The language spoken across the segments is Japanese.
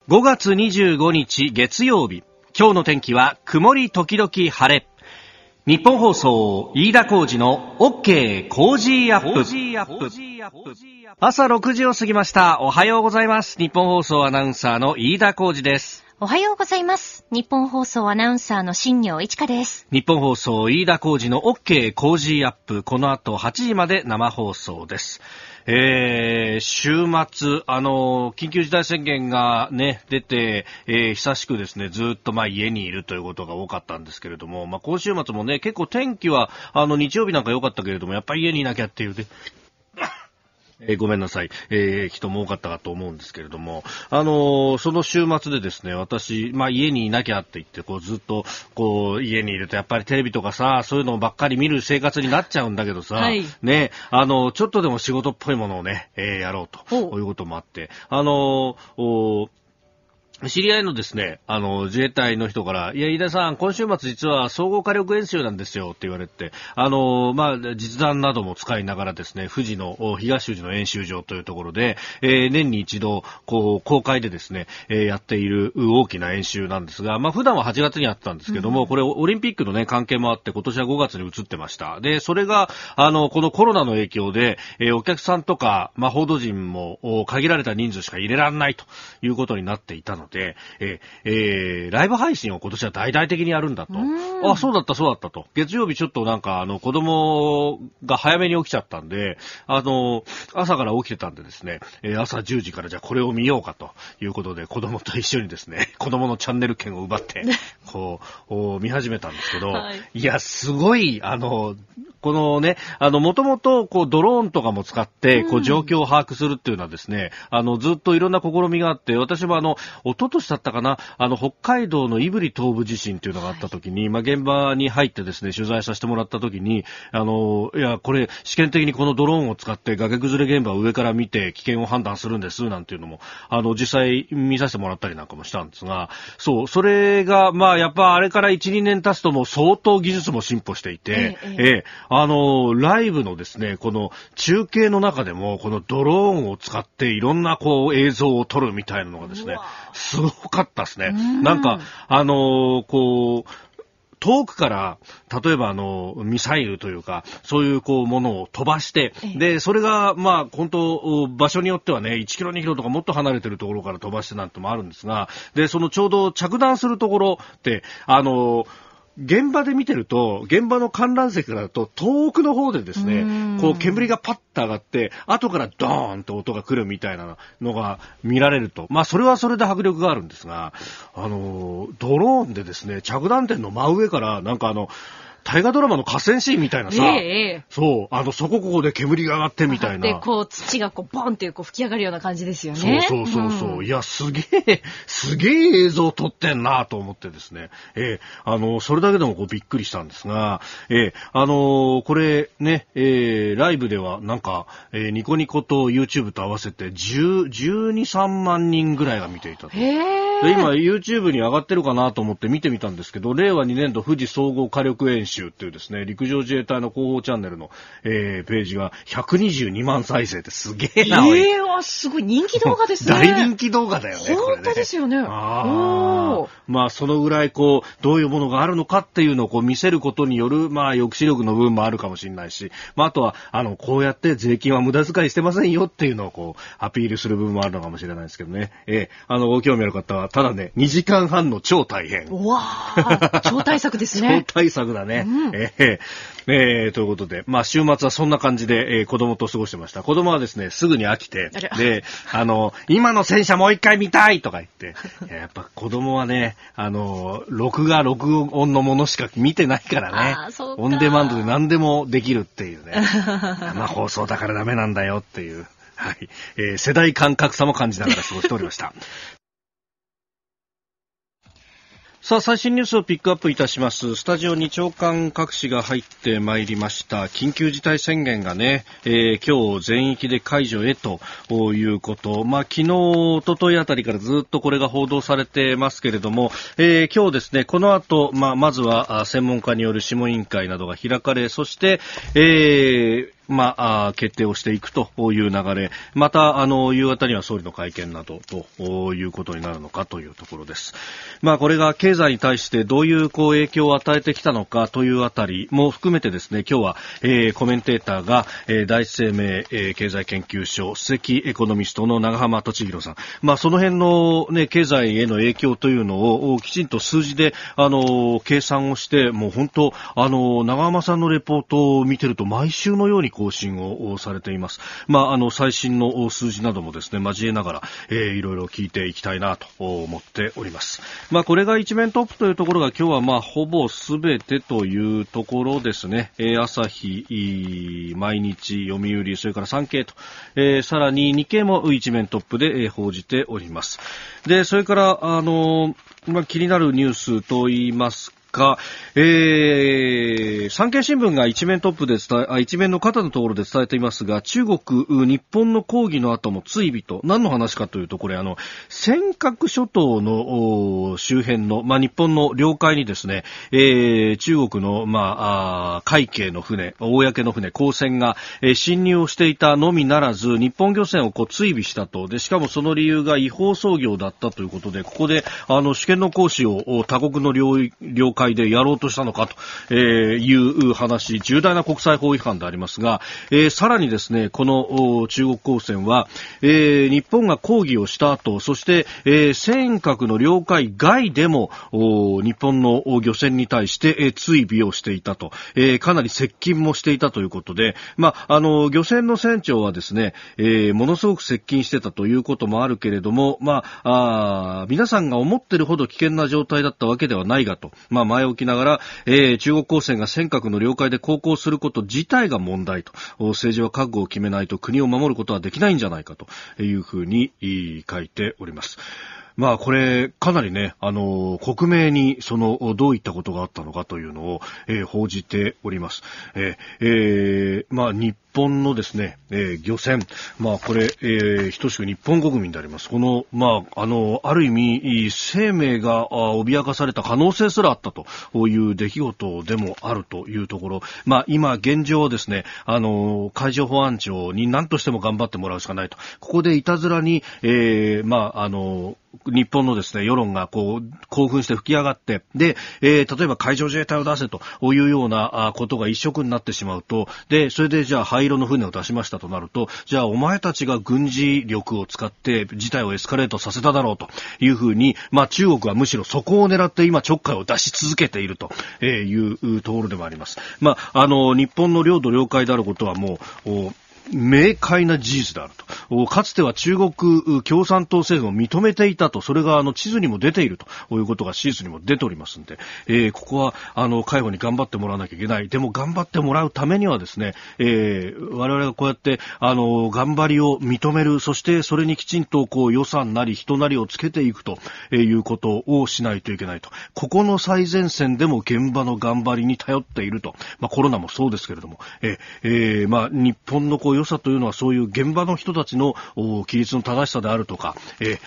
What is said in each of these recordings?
5月25日月曜日、今日の天気は曇り時々晴れ。日本放送飯田浩司の OK コージーアップ。朝6時を過ぎました。おはようございます。日本放送アナウンサーの飯田浩司です。 おはようございます。日本放送アナウンサーの新業一華です。 日本放送飯田浩司の OK コージーアップ。この後8時まで生放送です。週末、緊急事態宣言がね、出て、久しくですね、ずっと家にいるということが多かったんですけれども、今週末もね、結構天気は、日曜日なんか良かったけれども、やっぱり家にいなきゃっていうね、ごめんなさい、人も多かったかと思うんですけれども、その週末でですね、私、家にいなきゃって言って、ずっと、家にいるとやっぱりテレビとかさ、そういうのばっかり見る生活になっちゃうんだけどさ、はい、ね、ちょっとでも仕事っぽいものをね、やろうということもあって、知り合いのですね、自衛隊の人から、いや、飯田さん、今週末実は総合火力演習なんですよって言われて、実弾なども使いながらですね、東富士の演習場というところで、年に一度、公開でですね、やっている大きな演習なんですが、普段は8月にあったんですけども、これオリンピックのね、関係もあって、今年は5月に移ってました。で、それが、このコロナの影響で、お客さんとか、報道陣も限られた人数しか入れられないということになっていたので、ライブ配信を今年は大々的にやるんだと。あ、そうだったと。月曜日ちょっと子供が早めに起きちゃったんで、朝から起きてたんでですね、朝10時からじゃあこれを見ようかということで、子供と一緒にですね、子供のチャンネル権を奪って、見始めたんですけど、はい、いや、すごい、このね、もともと、ドローンとかも使って、状況を把握するっていうのはですね、ずっといろんな試みがあって、私も一昨年だったかな、北海道の胆振東部地震っていうのがあった時に、現場に入ってですね、取材させてもらった時に、いや、これ、試験的にこのドローンを使って崖崩れ現場を上から見て危険を判断するんです、なんていうのも、実際見させてもらったりなんかもしたんですが、そう、それが、やっぱあれから1、2年経つともう相当技術も進歩していて、ライブのですね、この中継の中でも、このドローンを使っていろんな映像を撮るみたいなのがですね、すごかったですね。なんか、遠くから、例えばミサイルというか、そういうものを飛ばして、で、それが、本当、場所によってはね、1キロ2キロとかもっと離れてるところから飛ばしてなんてもあるんですが、で、そのちょうど着弾するところって、現場で見てると、現場の観覧席からだと遠くの方でですね、煙がパッと上がって、後からドーンと音が来るみたいなのが見られると。それはそれで迫力があるんですが、ドローンでですね、着弾点の真上から、大河ドラマの河川シーンみたいなさ、そう、そこで煙が上がってみたいな。 で、土がボンって吹き上がるような感じですよね。 そう。いや、すげえ映像撮ってんなと思ってですね。それだけでもびっくりしたんですが、これね、ライブではニコニコと YouTube と合わせて12、3万人ぐらいが見ていたと。で、今 YouTube に上がってるかなと思って見てみたんですけど、令和2年度富士総合火力演習っていうですね、陸上自衛隊の広報チャンネルの、ページが122万再生ってすげえな。 すごい人気動画ですね。 大人気動画だよね、これね。 本当ですよね。 そのぐらいどういうものがあるのかっていうのを見せることによる、抑止力の部分もあるかもしれないし、あとは、こうやって税金は無駄遣いしてませんよっていうのをアピールする部分もあるのかもしれないですけどね。ご興味ある方は、ただね、2時間半の超大変。 超大作ですね。 超大作だね。ということで、週末はそんな感じで、子供と過ごしてました。子供はですね、すぐに飽きて、で、今の戦車もう一回見たいとか言って、やっぱ子供はね、録音のものしか見てないからね。オンデマンドで何でもできるっていうね。生放送だからダメなんだよっていう、はい、世代間格差も感じながら過ごしておりました。さあ、最新ニュースをピックアップいたします。スタジオに長官各紙が入ってまいりました。緊急事態宣言がね、今日全域で解除へということ。昨日、一昨日あたりからずっとこれが報道されてますけれども、今日ですね、この後、まずは専門家による諮問委員会などが開かれ、そして、 決定をしていくという流れ、また夕方には総理の会見などということになるのかというところです。これが経済に対してどういう影響を与えてきたのかというあたりも含めてですね、今日は、コメンテーターが、第一生命、経済研究所首席エコノミストの長浜俊弘さん、その辺の、経済への影響というのをきちんと数字で計算をして、もう本当長浜さんのレポートを見てると毎週のように更新をされています。最新の数字などもですね交えながら、いろいろ聞いていきたいなと思っております。これが一面トップというところが今日はほぼすべてというところですね。朝日、毎日、読売、それから産経と、さらに日経も一面トップで、報じております。で、それから気になるニュースといいますか、産経新聞が一面トップで一面の肩のところで伝えていますが、中国、日本の抗議の後も追尾と、何の話かというと、これ尖閣諸島の周辺の、日本の領海にですね、中国の、海警の船、公の船、公船が、侵入をしていたのみならず、日本漁船を追尾したと。で、しかもその理由が違法操業だったということで、ここで主権の行使を他国の領海でやろうとしたのかという話、重大な国際法違反でありますが、さらにですね、この中国公船は、日本が抗議をした後、そして、尖閣の領海外でも日本の漁船に対して、追尾をしていたと、かなり接近もしていたということで、漁船の船長はですね、ものすごく接近してたということもあるけれども、皆さんが思っているほど危険な状態だったわけではないがと、前置きながら、中国公船が尖閣の領海で航行すること自体が問題と、政治は覚悟を決めないと国を守ることはできないんじゃないかというふうに書いております。これかなりね、克明にどういったことがあったのかというのを、報じております。日本のですね、漁船、これ、等しく日本国民であります。この、ある意味、生命が脅かされた可能性すらあったという出来事でもあるというところ、今現状ですね、海上保安庁に何としても頑張ってもらうしかないと。ここでいたずらに、日本のですね、世論が興奮して吹き上がって、で、例えば海上自衛隊を出せというようなことが一色になってしまうと、で、それでじゃあ灰色の船を出しましたとなると、じゃあお前たちが軍事力を使って事態をエスカレートさせただろうというふうに、中国はむしろそこを狙って今ちょっかいを出し続けているというところでもあります。日本の領土領海であることはもう、明快な事実であると。かつては中国共産党政府を認めていたと、それが地図にも出ているということが事実にも出ておりますので、ここは海保に頑張ってもらわなきゃいけない。でも頑張ってもらうためにはですね、我々がこうやって頑張りを認める、そしてそれにきちんと予算なり人なりをつけていくということをしないといけないと。ここの最前線でも現場の頑張りに頼っていると。コロナもそうですけれども、日本の良さというのはそういう現場の人たちの規律の正しさであるとか、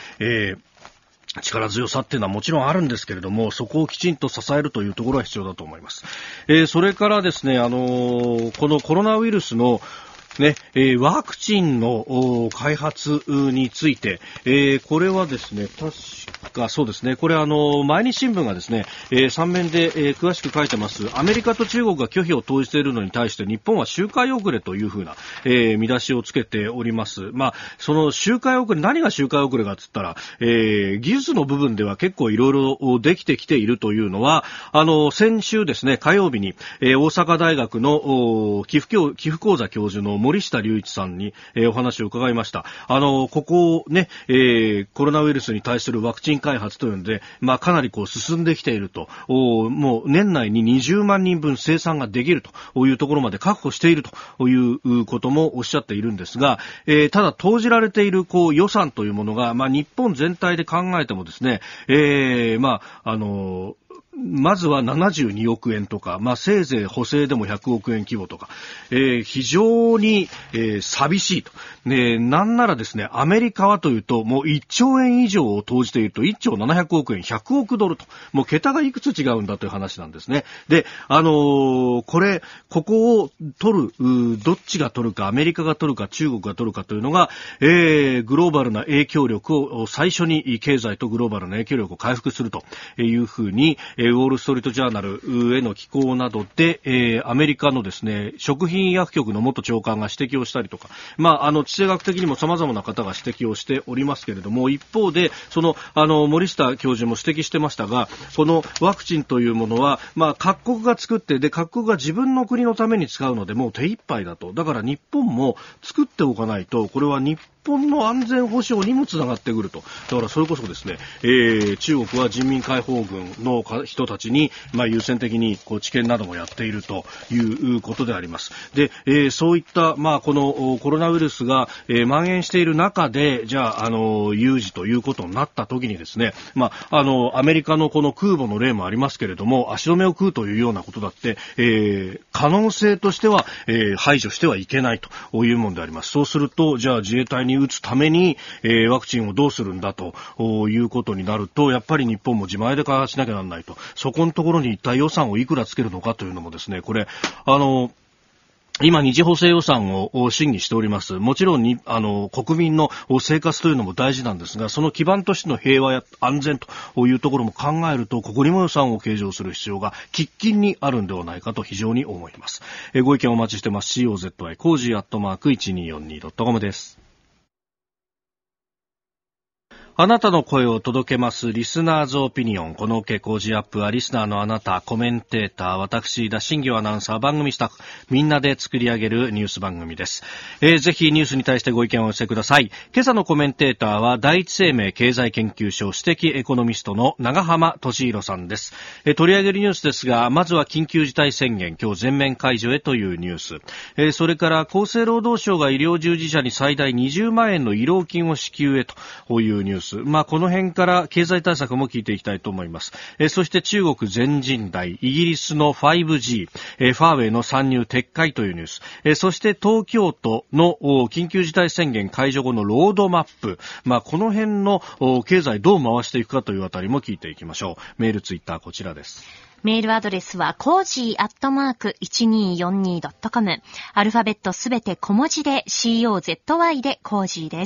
力強さっていうのはもちろんあるんですけれども、そこをきちんと支えるというところは必要だと思います。それからですね、このコロナウイルスのワクチンの開発について、これはですね、確かそうですね、これ毎日新聞がですね、3面で、詳しく書いてます。アメリカと中国が拒否を投じているのに対して日本は周回遅れというふうな、見出しをつけております。その周回遅れ、何が周回遅れかって言ったら、技術の部分では結構いろいろできてきているというのは、先週ですね、火曜日に、大阪大学の寄付講座教授の森下隆一さんに、お話を伺いました。ここね、コロナウイルスに対するワクチン開発というので、かなり進んできていると、もう年内に20万人分生産ができるというところまで確保しているということもおっしゃっているんですが、ただ投じられている予算というものが、日本全体で考えてもですね、 まずは72億円とか、せいぜい補正でも100億円規模とか、非常に、寂しいと。なんならですね、アメリカはというと、もう1兆円以上を投じていると、1兆700億円、100億ドルと、もう桁がいくつ違うんだという話なんですね。で、ここを取る、どっちが取るか、アメリカが取るか、中国が取るかというのが、グローバルな影響力を最初に経済とグローバルな影響力を回復するというふうに、ウォールストリートジャーナルへの寄稿などで、アメリカのですね、食品医薬局の元長官が指摘をしたりとか、地政学的にも様々な方が指摘をしておりますけれども、一方で、森下教授も指摘してましたが、このワクチンというものは、各国が作って、で、各国が自分の国のために使うので、もう手一杯だと。だから日本も作っておかないと、これは日本の安全保障にもつながってくると。だからそれこそですね、中国は人民解放軍の人たちに、優先的に治験などもやっているということであります。で、そういった、このコロナウイルスが、蔓延している中で、じゃあ、有事ということになった時にですね、アメリカのこの空母の例もありますけれども、足止めを食うというようなことだって、可能性としては、排除してはいけないというものであります。そうすると、じゃあ自衛隊に打つために、ワクチンをどうするんだということになると、やっぱり日本も自前で開発しなきゃならないと。そこのところに一体予算をいくらつけるのかというのもですね、これ、今、二次補正予算を審議しております。もちろんに、国民の生活というのも大事なんですが、その基盤としての平和や安全というところも考えると、ここにも予算を計上する必要が喫緊にあるんではないかと非常に思います。ご意見お待ちしてます。COZY コージー@1242.com です。あなたの声を届けますリスナーズオピニオン。この OK 工事アップはリスナーのあなた、コメンテーター、私、田新行アナウンサー、番組スタッフ、みんなで作り上げるニュース番組です。ぜひニュースに対してご意見をお寄せください。今朝のコメンテーターは第一生命経済研究所首席エコノミストの長浜俊弘さんです。取り上げるニュースですが、まずは緊急事態宣言、今日全面解除へというニュース。それから厚生労働省が医療従事者に最大20万円の慰労金を支給へというニュース。この辺から経済対策も聞いていきたいと思います。そして中国全人代、イギリスの 5G、ファーウェイの参入撤回というニュース。そして東京都の緊急事態宣言解除後のロードマップ。この辺の経済どう回していくかというあたりも聞いていきましょう。メール、ツイッターこちらです。 メールアドレスはcozy@1242.com。アルファベットすべて小文字で COZY でコージーです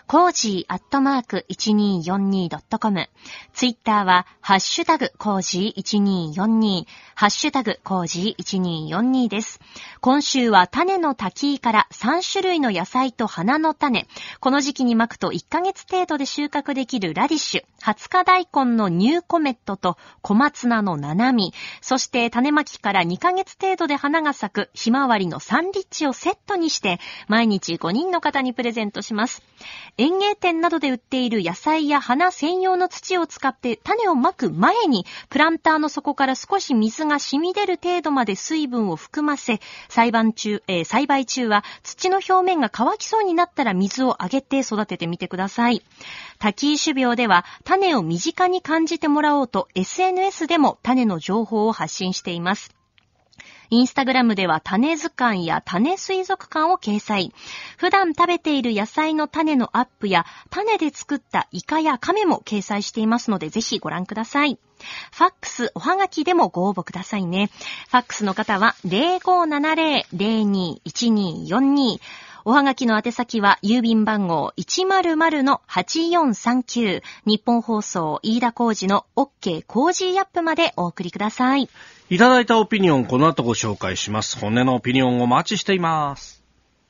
。cozy@1242.com。ツイッターはハッシュタグコージー1242、ハッシュタグコージー1242です。今週は種の滝から3種類の野菜と花の種。この時期に巻くと1ヶ月程度で収穫できるラディッシュ、20日大根のニューコメットと小松菜の七味、そして種まきから2ヶ月程度で花が咲くひまわりのサンリッチをセットにして毎日5人の方にプレゼントします。園芸店などで売っている野菜や花専用の土を使って種をまく前にプランターの底から少し水が染み出る程度まで水分を含ませ、栽培中は土の表面が乾きそうになったら水をあげて育ててみてください。滝井種苗では種を身近に感じてもらおうと SNS でも種の情報を発信しています。インスタグラムでは種図鑑や種水族館を掲載。普段食べている野菜の種のアップや種で作ったイカやカメも掲載していますのでぜひご覧ください。ファックス、おはがきでもご応募くださいね。ファックスの方は 0570-021242。おはがきの宛先は郵便番号 100-8439 日本放送飯田浩司の OK コージーアップまでお送りください。 いただいたオピニオンこの後ご紹介します。本音のオピニオンをお待ちしています。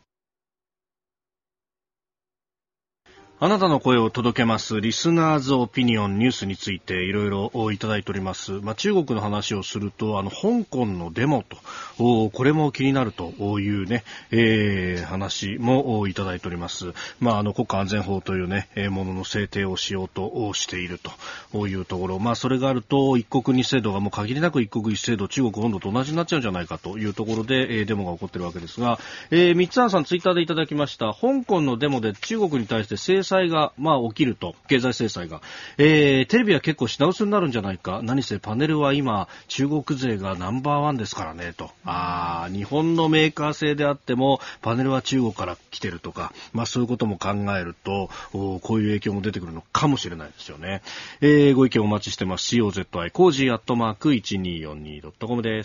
あなたの声を届けますリスナーズオピニオンニュースについていろいろいただいております。中国の話をすると香港のデモとこれも気になるというね、話もいただいております。国家安全法というね、ものの制定をしようとしているというところ、それがあると一国二制度がもう限りなく一国一制度中国本土と同じになっちゃうんじゃないかというところで、デモが起こっているわけですが、三つ葉さんツイッターでいただきました。香港のデモで中国に対して制裁が、起きると、経済制裁が、テレビは結構品薄になるんじゃないか、何せパネルは今中国勢がナンバーワンですからねと、日本のメーカー製であってもパネルは中国から来てるとか、そういうことも考えるとこういう影響も出てくるのかもしれないですよね。ご意見お待ちしてます。 COZY コージー@1242.com です。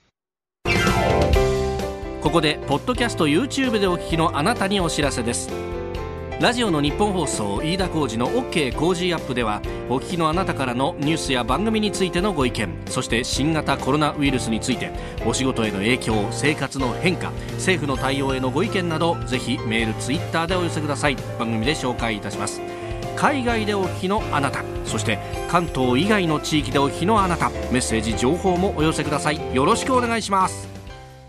ここでポッドキャスト YouTube でお聞きのあなたにお知らせです。ラジオの日本放送飯田浩司の OK コージーアップでは、お聞きのあなたからのニュースや番組についてのご意見、そして新型コロナウイルスについて、お仕事への影響、生活の変化、政府の対応へのご意見など、ぜひメール、ツイッターでお寄せください。番組で紹介いたします。海外でお聞きのあなた、そして関東以外の地域でお聞きのあなた、メッセージ情報もお寄せください。よろしくお願いします。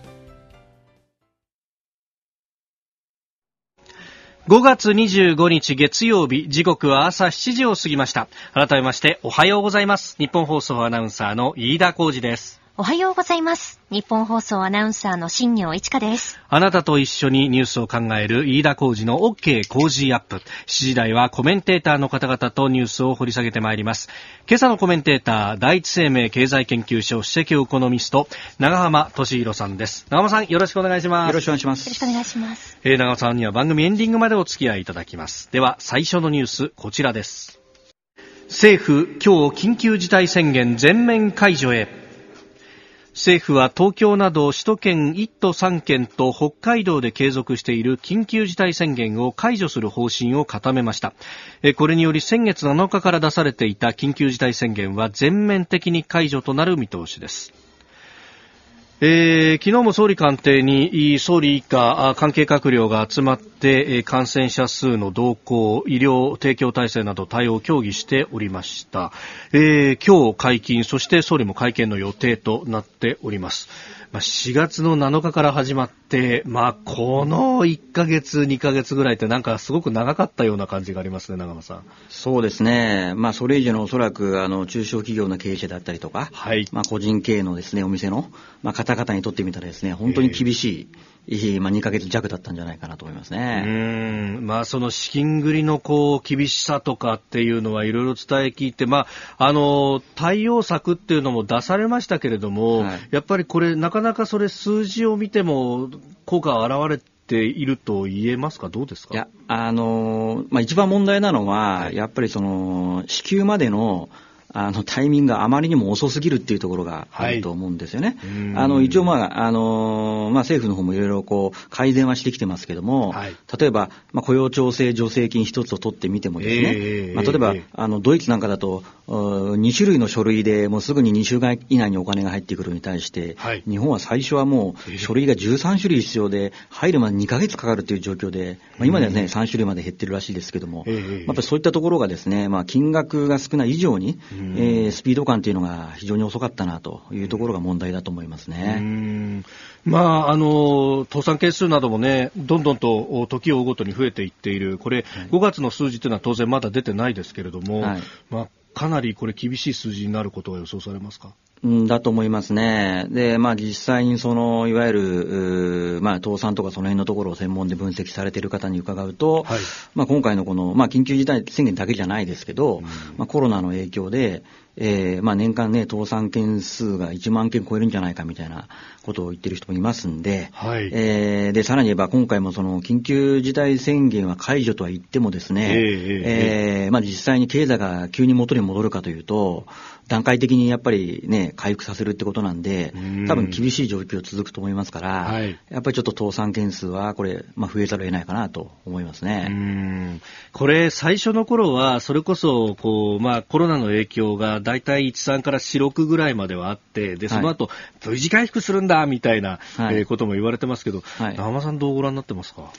5月25日月曜日、時刻は朝7時を過ぎました。改めましておはようございます。日本放送アナウンサーの飯田浩司です。 おはようございます。日本放送アナウンサーの新業一華です。 あなたと一緒にニュースを考える飯田浩司の OK コージーアップ。7時台はコメンテーターの方々とニュースを掘り下げてまいります。今朝のコメンテーター、第一生命経済研究所首席エコノミスト、長浜俊弘さんです。長浜さん、よろしくお願いします。 よろしくお願いします。 よろしくお願いします。 長浜さんには番組エンディングまでお付き合いいただきます。では最初のニュース、こちらです。政府、今日緊急事態宣言全面解除へ。政府は東京など首都圏1都3県と北海道で継続している緊急事態宣言を解除する方針を固めました。これにより先月7日から出されていた緊急事態宣言は全面的に解除となる見通しです。昨日も総理官邸に総理以下関係閣僚が集まって感染者数の動向、医療提供体制など対応を協議しておりました。今日解禁、そして総理も会見の予定となっております。4月の7日から始まって、この1ヶ月2ヶ月ぐらいってなんかすごく長かったような感じがありますね、長間さん。 そうですね。それ以上のおそらく中小企業の経営者だったりとか、はい、個人経営のですねお店の方々にとってみたらですね、本当に厳しい、2ヶ月弱だったんじゃないかなと思いますね。 その資金繰りの厳しさとかっていうのはいろいろ伝え聞いて、対応策っていうのも出されましたけれども、はい、やっぱりこれなかなかそれ数字を見ても効果が現れていると言えますか、どうですか。 いや、一番問題なのは、はい、やっぱりその支給までのタイミングがあまりにも遅すぎるっていうところがあると思うんですよね。はい、一応政府の方もいろいろ改善はしてきてますけども、はい、例えば、雇用調整助成金一つを取ってみてもですね、例えばドイツなんかだと2種類の書類でもうすぐに2週間以内にお金が入ってくるに対して、はい、日本は最初はもう書類が13種類必要で入るまで2ヶ月かかるという状況で、今ではね3種類まで減ってるらしいですけども、やっぱりそういったところがですね、金額が少ない以上にスピード感というのが非常に遅かったなというところが問題だと思いますね。 倒産件数などもね、どんどんと時を追うごとに増えていっている。これ、5月の数字というのは当然まだ出てないですけれども、はい、かなりこれ厳しい数字になることが予想されますか。 だと思いますね。で、実際にいわゆる、倒産とかその辺のところを専門で分析されている方に伺うと、はい、今回のこの、緊急事態宣言だけじゃないですけど、コロナの影響で、年間ね、倒産件数が1万件超えるんじゃないかみたいなことを言ってる人もいますんで、はい、で、さらに言えば今回もその緊急事態宣言は解除とは言ってもですね、実際に経済が急に元に戻るかというと、段階的にやっぱりね、回復させるってことなんで、多分厳しい状況続くと思いますから、はい、やっぱりちょっと倒産件数はこれ、増えざるを得ないかなと思いますね。 これ、最初の頃は、それこそ、コロナの影響がだいたい1、3から4、6ぐらいまではあって、で、その後、V字回復するんだ、みたいな、ことも言われてますけど、長間さんどうご覧になってますか。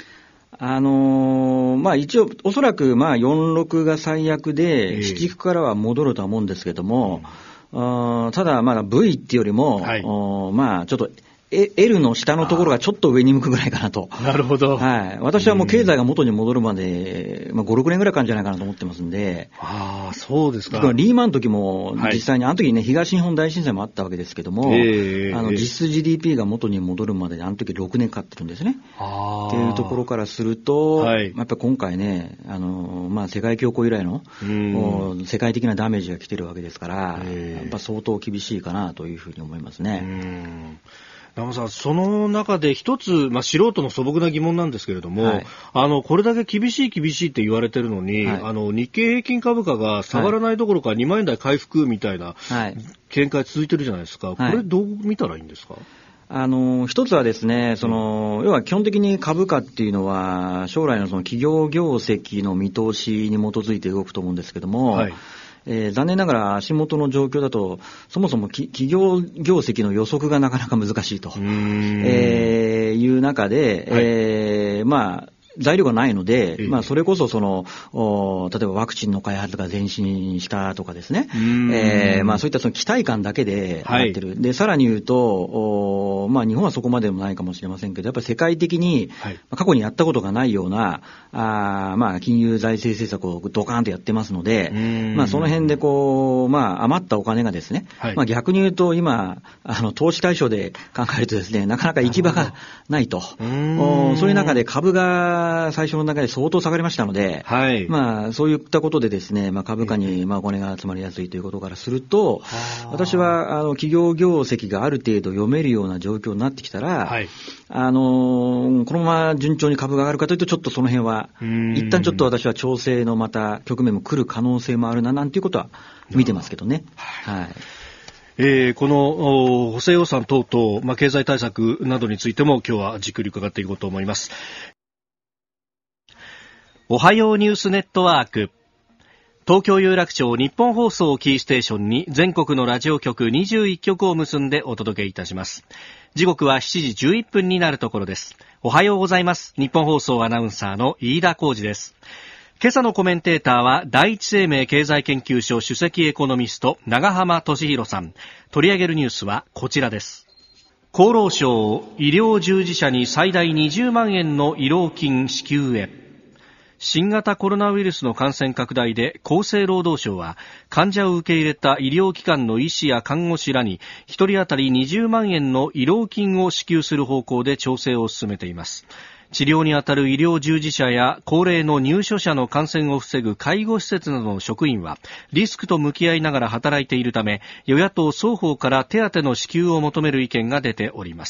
一応おそらく46が最悪で市軸からは戻るとは思うんですけども、ただV っていうよりも、はい、ちょっと L の下のところがちょっと上に向くぐらいかなと。 なるほど。 はい。私はもう経済が元に戻るまで、5、6年ぐらいかかるんじゃないかなと思ってますんで。 ああ、そうですか。 リーマンの時も、実際に、あの時にね、東日本大震災もあったわけですけども、実質 GDP が元に戻るまで、あの時6年かかってるんですね。っていうところからすると、やっぱり今回ね、世界恐慌以来の、世界的なダメージが来てるわけですから、やっぱ相当厳しいかなというふうに思いますね。 山本さん、その中で一つ、素人の素朴な疑問なんですけれども、これだけ厳しいって言われてるのに、日経平均株価が下がらないどころか2万円台回復みたいな見解続いてるじゃないですか。これどう見たらいいんですか？ 一つはですね、要は基本的に株価っていうのは、将来のその企業業績の見通しに基づいて動くと思うんですけども、残念ながら足元の状況だと、そもそも企業業績の予測がなかなか難しいという中で、材料がないので、それこそ例えばワクチンの開発が前進したとかですね、そういったその期待感だけでなってる。で、さらに言うと、日本はそこまでもないかもしれませんけど、やっぱり世界的に過去にやったことがないような、金融財政政策をドカーンとやってますので、その辺で余ったお金がですね、逆に言うと今、投資対象で考えるとですね、なかなか行き場がないと。そういう中で株が最初の中で相当下がりましたので、そういったことでですね、株価にお金が集まりやすいということからすると、私は企業業績がある程度読めるような状況になってきたら、このまま順調に株が上がるかというと、ちょっとその辺は一旦ちょっと私は調整のまた局面も来る可能性もあるななんていうことは見てますけどね。 この補正予算等々、経済対策などについても今日はじっくり伺っていこうと思います。おはようニュースネットワーク、東京有楽町日本放送をキーステーションに全国のラジオ局21局を結んでお届けいたします。時刻は7時11分になるところです。おはようございます。日本放送アナウンサーの飯田浩司です。今朝のコメンテーターは第一生命経済研究所首席エコノミスト長浜俊弘さん。取り上げるニュースはこちらです。厚労省、医療従事者に最大20万円の慰労金支給へ。新型コロナウイルスの感染拡大で厚生労働省は患者を受け入れた医療機関の医師や看護師らに1人当たり20万円の慰労金を支給する方向で調整を進めています。治療に当たる医療従事者や高齢の入所者の感染を防ぐ介護施設などの職員はリスクと向き合いながら働いているため、与野党双方から手当の支給を求める意見が出ております。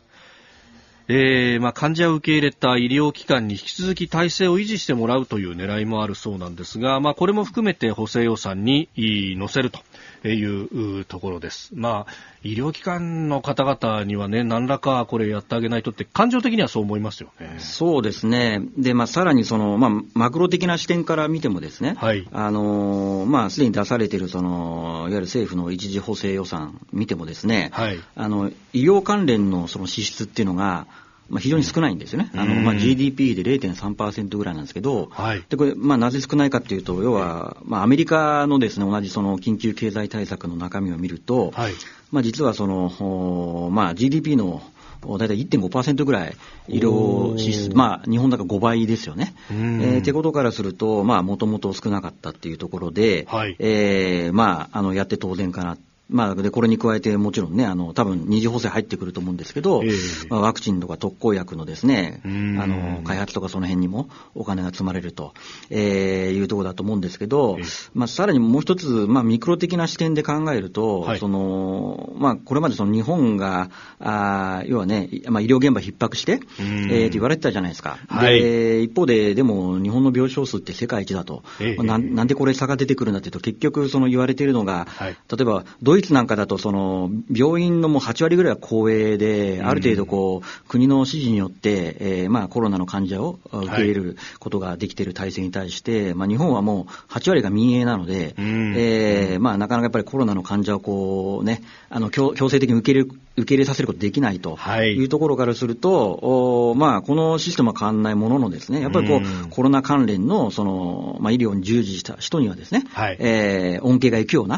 患者を受け入れた医療機関に引き続き体制を維持してもらうという狙いもあるそうなんですが、これも含めて補正予算に載せるというところです。医療機関の方々にはね、何らかこれやってあげないとって感情的にはそう思いますよね。 そうですね。で、さらにマクロ的な視点から見てもですね、すでに出されているいわゆる政府の一時補正予算見てもですね、医療関連のその支出っていうのが非常に少ないんですよね。GDP で 0.3% ぐらいなんですけど、でこれなぜ少ないかっていうと、要はアメリカのですね、同じその緊急経済対策の中身を見ると、実はGDP のだいたい 1.5% ぐらい医療支出、日本だから5倍ですよね。ってことからすると、もともと少なかったっていうところで、やって当然かな。でこれに加えてもちろんね、多分二次補正入ってくると思うんですけど、ワクチンとか特効薬のですね、開発とかその辺にもお金が積まれると、いうところだと思うんですけど、さらにもう一つ、ミクロ的な視点で考えると、これまでその日本が要はね、医療現場逼迫して、って言われてたじゃないですか。で一方ででも日本の病床数って世界一だと、なんでこれ差が出てくるんだっていうと、結局その言われているのが、例えばドイツなんかだとその病院のもう8割ぐらいは公営で、ある程度国の指示によって、コロナの患者を受け入れることができている体制に対して、日本はもう8割が民営なので、なかなかやっぱりコロナの患者を強制的に受け入れさせることできないというところからすると、このシステムは変わらないもののですね、やっぱりコロナ関連の医療に従事した人にはですね、恩恵がいくような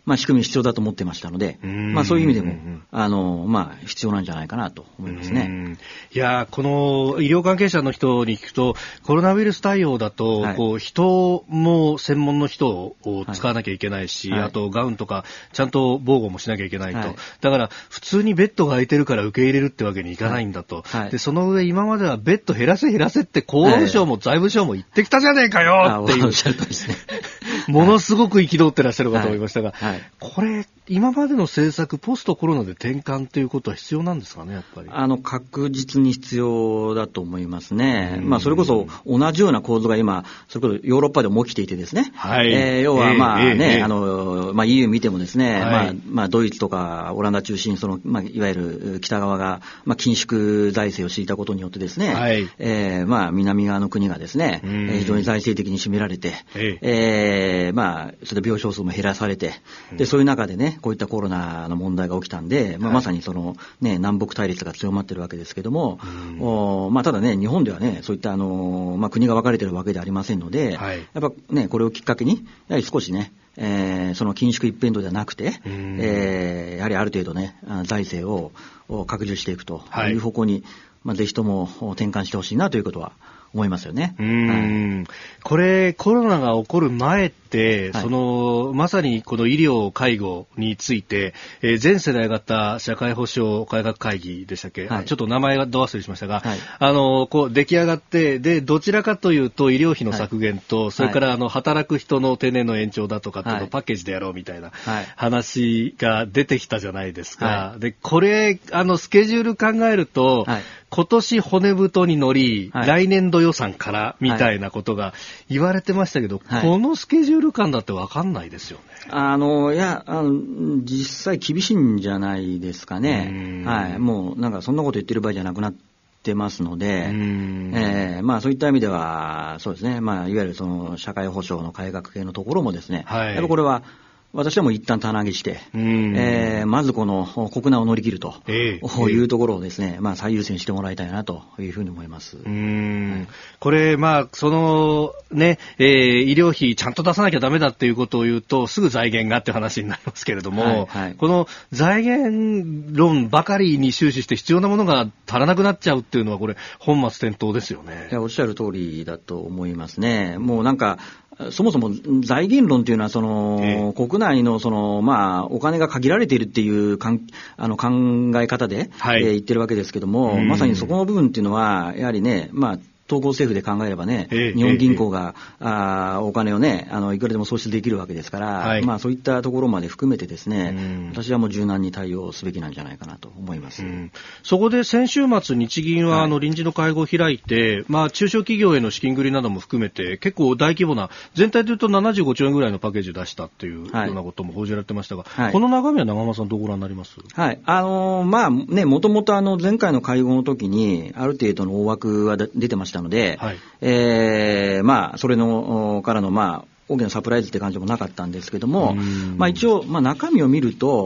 仕組み必要だと思ってましたので、そういう意味でも、必要なんじゃないかなと思いますね。 いや、この医療関係者の人に聞くと、コロナウイルス対応だと、こう人も専門の人を使わなきゃいけないし、あとガウンとかちゃんと防護もしなきゃいけないと、だから普通にベッドが空いてるから受け入れるってわけにいかないんだと、でその上今まではベッド減らせって厚労省も財務省も言ってきたじゃねえかよっていう、ものすごく憤ってらっしゃるかと思いましたが、これ今までの政策ポストコロナで転換ということは必要なんですかね。やっぱり確実に必要だと思いますね。それこそ同じような構図が今それこそヨーロッパでも起きていてですね、要はEU 見てもですね、ドイツとかオランダ中心その、いわゆる北側が、緊縮財政を敷いたことによってですね、南側の国がですね、非常に財政的に占められて、それで病床数も減らされて、でそういう中でねこういったコロナの問題が起きたんで、まさにその、南北対立が強まっているわけですけども、ただね日本ではねそういった国が分かれているわけではありませんので、やっぱねこれをきっかけにやはり少しねその緊縮一辺倒ではなくて、やはりある程度ね財政を拡充していくという方向に、ぜひとも転換してほしいなということは思いますよね。 これコロナが起こる前って、まさにこの医療介護について、全世代型社会保障改革会議でしたっけ、ちょっと名前がど忘れしましたが、こう出来上がって、でどちらかというと医療費の削減と、それから働く人の定年の延長だとかっていうのをパッケージでやろうみたいな話が出てきたじゃないですか。でこれスケジュール考えると、今年骨太に乗り、来年度予算からみたいなことが言われてましたけど、このスケジュール感だって分かんないですよね。 実際厳しいんじゃないですかね。もうなんかそんなこと言ってる場合じゃなくなってますので、そういった意味ではそうですね、いわゆるその社会保障の改革系のところもですね、やっぱこれは私はもう一旦棚上げして、まずこの国難を乗り切るというところをですね、最優先してもらいたいなというふうに思います。 これそのね、医療費ちゃんと出さなきゃダメだっていうことを言うとすぐ財源がって話になりますけれども、この財源論ばかりに終始して必要なものが足らなくなっちゃうっていうのはこれ本末転倒ですよね。 おっしゃる通りだと思いますね。もうなんかそもそも財源論というのは国内のお金が限られているっていう考え方で、言ってるわけですけども、まさにそこの部分っていうのはやはりね、統合政府で考えればね、日本銀行がお金をねいくらでも創出できるわけですから、そういったところまで含めてですね、私はもう柔軟に対応すべきなんじゃないかなと思います。 そこで先週末日銀は臨時の会合を開いて、中小企業への資金繰りなども含めて結構大規模な全体でいうと75兆円ぐらいのパッケージを出したっていうようなことも報じられてましたが、この中身は長濱さんどうご覧になります？ もともと前回の会合の時にある程度の大枠は出てましたので、それのからの大きなサプライズって感じもなかったんですけども、一応中身を見ると、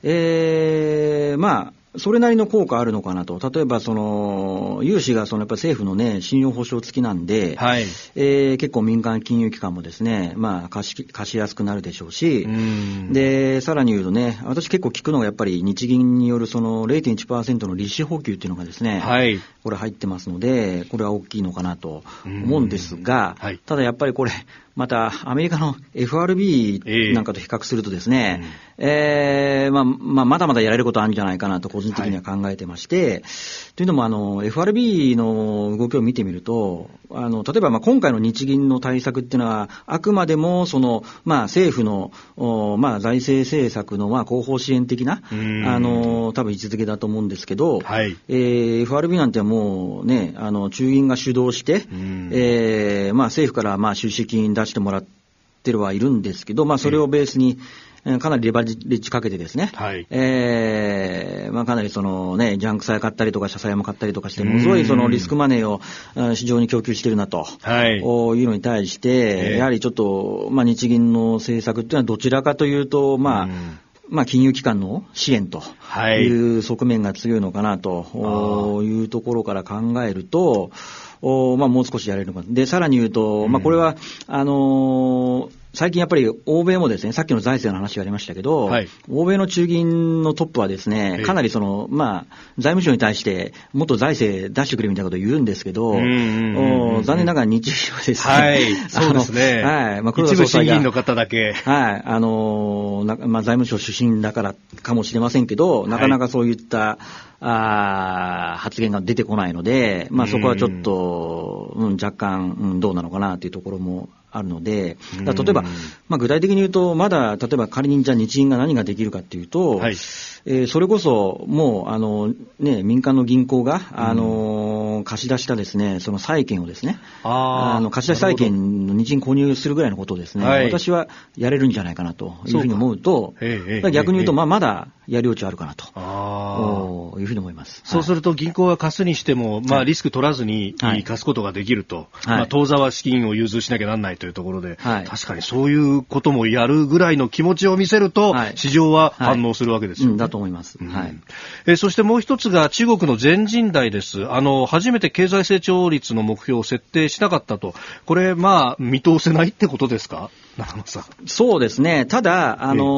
それなりの効果あるのかなと。例えば融資がやっぱり政府のね信用保証付きなんで、結構民間金融機関もですね貸しやすくなるでしょうし、でさらに言うとね、私結構聞くのがやっぱり日銀による0.1% の利子補給っていうのがですね、これ入ってますので、これは大きいのかなと思うんですが、ただやっぱりこれまたアメリカの FRB なんかと比較するとですね、まだまだやれることあるんじゃないかなと個人的には考えてまして、というのもFRB の動きを見てみると、例えば今回の日銀の対策っていうのはあくまでも政府の財政政策の後方支援的な多分位置づけだと思うんですけど、FRB なんてはもうね中銀が主導して、政府から出資金出してもらってはいるんですけど、それをベースにかなりレバレッジかけてですね、かなりジャンク債買ったりとか社債も買ったりとかして、ものすごいリスクマネーを市場に供給しているなと、いうのに対して、やはりちょっと、日銀の政策っていうのはどちらかというと、金融機関の支援という側面が強いのかなというところから考えると、もう少しやれるのか。で、さらに言うと、これは、 最近やっぱり欧米もですね、さっきの財政の話がありましたけど、はい、欧米の中銀のトップはですね、かなり財務省に対してもっと財政出してくれみたいなことを言うんですけど、残念ながら日銀はですね、 はい、そうですね。 はい、 一部審議員の方だけ。 はい、財務省出身だからかもしれませんけど、なかなかそういった、発言が出てこないので、そこはちょっと、若干、どうなのかなというところもあるので、例えば、具体的に言うと、まだ例えば仮にじゃあ日銀が何ができるかっていうと、はい、それこそもう民間の銀行が貸し出したですね、その債券をですね、貸し出し債券の日銀購入するぐらいのことをですね、はい、私はやれるんじゃないかなというふうに思うと、逆に言うとまだやり余地あるかなというふうに思います。 そうすると銀行が貸すにしても、リスク取らずに貸すことができると、当座は資金を融通しなきゃなんないというところで、確かにそういうこともやるぐらいの気持ちを見せると、市場は反応するわけですよね。 だと思います。はい。 そしてもう一つが中国の全人代です。初めて経済成長率の目標を設定しなかったと。これ、見通せないってことですか？中野さん。 そうですね。ただ、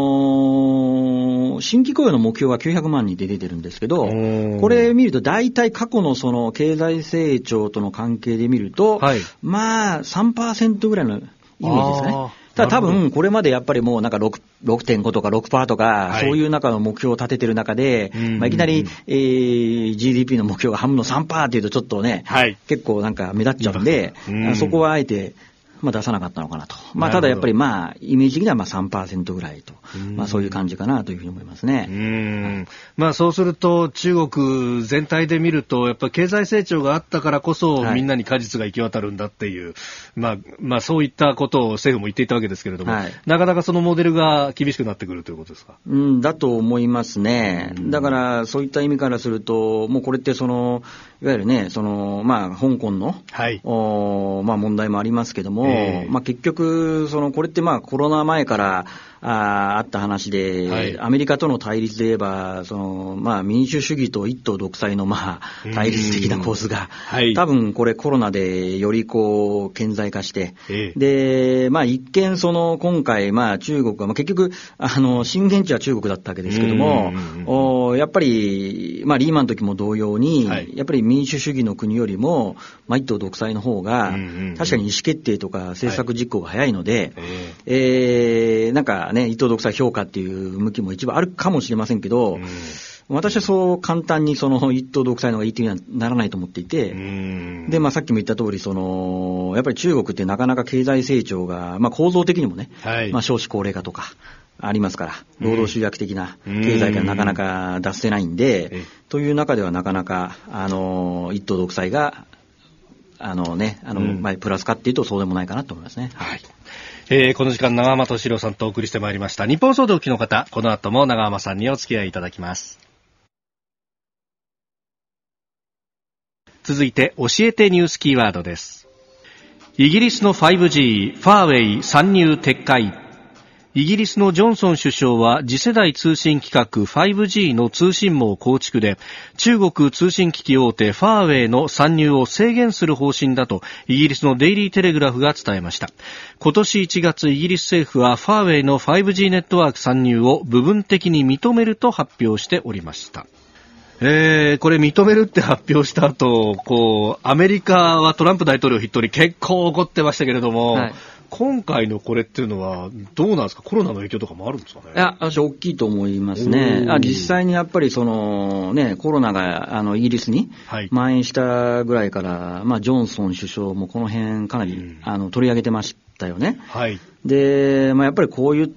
新規雇用の目標が900万人で出てるんですけど、これ見ると大体過去のその経済成長との関係で見ると、3% ぐらいのイメージですね。ただ多分これまでやっぱりもうなんか 6.5 とか 6% とか、そういう中の目標を立ててる中で、いきなり、GDP の目標が半分の 3% っていうとちょっとね、結構なんか目立っちゃうんで、そこはあえて出さなかったのかなと。ただやっぱりイメージ的には3% ぐらいと。そういう感じかなというふうに思いますね。 そうすると中国全体で見るとやっぱり経済成長があったからこそ、みんなに果実が行き渡るんだっていう、そういったことを政府も言っていたわけですけれども、なかなかそのモデルが厳しくなってくるということですか？ だと思いますね。だからそういった意味からすると、もうこれっていわゆるね、香港の、問題もありますけども、結局これってコロナ前からあった話で、アメリカとの対立で言えば民主主義と一党独裁の対立的な構図が、多分これコロナでより顕在化して、で一見今回中国は結局震源地は中国だったわけですけども、やっぱりリーマンの時も同様に、やっぱり民主主義の国よりも一党独裁の方が確かに意思決定とか政策実行が早いので、なんかね、一党独裁評価っていう向きも一部あるかもしれませんけど、私はそう簡単に一党独裁の方がいいというにはならないと思っていて、で、さっきも言った通り、やっぱり中国ってなかなか経済成長が、構造的にもね、少子高齢化とかありますから、労働集約的な経済からなかなか脱せないんで、という中ではなかなか、一党独裁が、プラスかっていうとそうでもないかなと思いますね。 この時間長濱俊郎さんとお送りしてまいりました。日本総動機の方、この後も長濱さんにお付き合いいただきます。続いて教えてニュースキーワードです。イギリスの 5G ファーウェイ参入撤回。イギリスのジョンソン首相は次世代通信規格 5G の通信網構築で中国通信機器大手ファーウェイの参入を制限する方針だとイギリスのデイリーテレグラフが伝えました。今年1月イギリス政府はファーウェイの 5G ネットワーク参入を部分的に認めると発表しておりました。これ認めるって発表した後、アメリカはトランプ大統領筆頭に結構怒ってましたけれども、今回のこれっていうのはどうなんですか？コロナの影響とかもあるんですかね？ いや、私大きいと思いますね。実際にやっぱりコロナがイギリスに蔓延したぐらいから、ジョンソン首相もこの辺かなり、取り上げてましたよね。で、やっぱりこういった、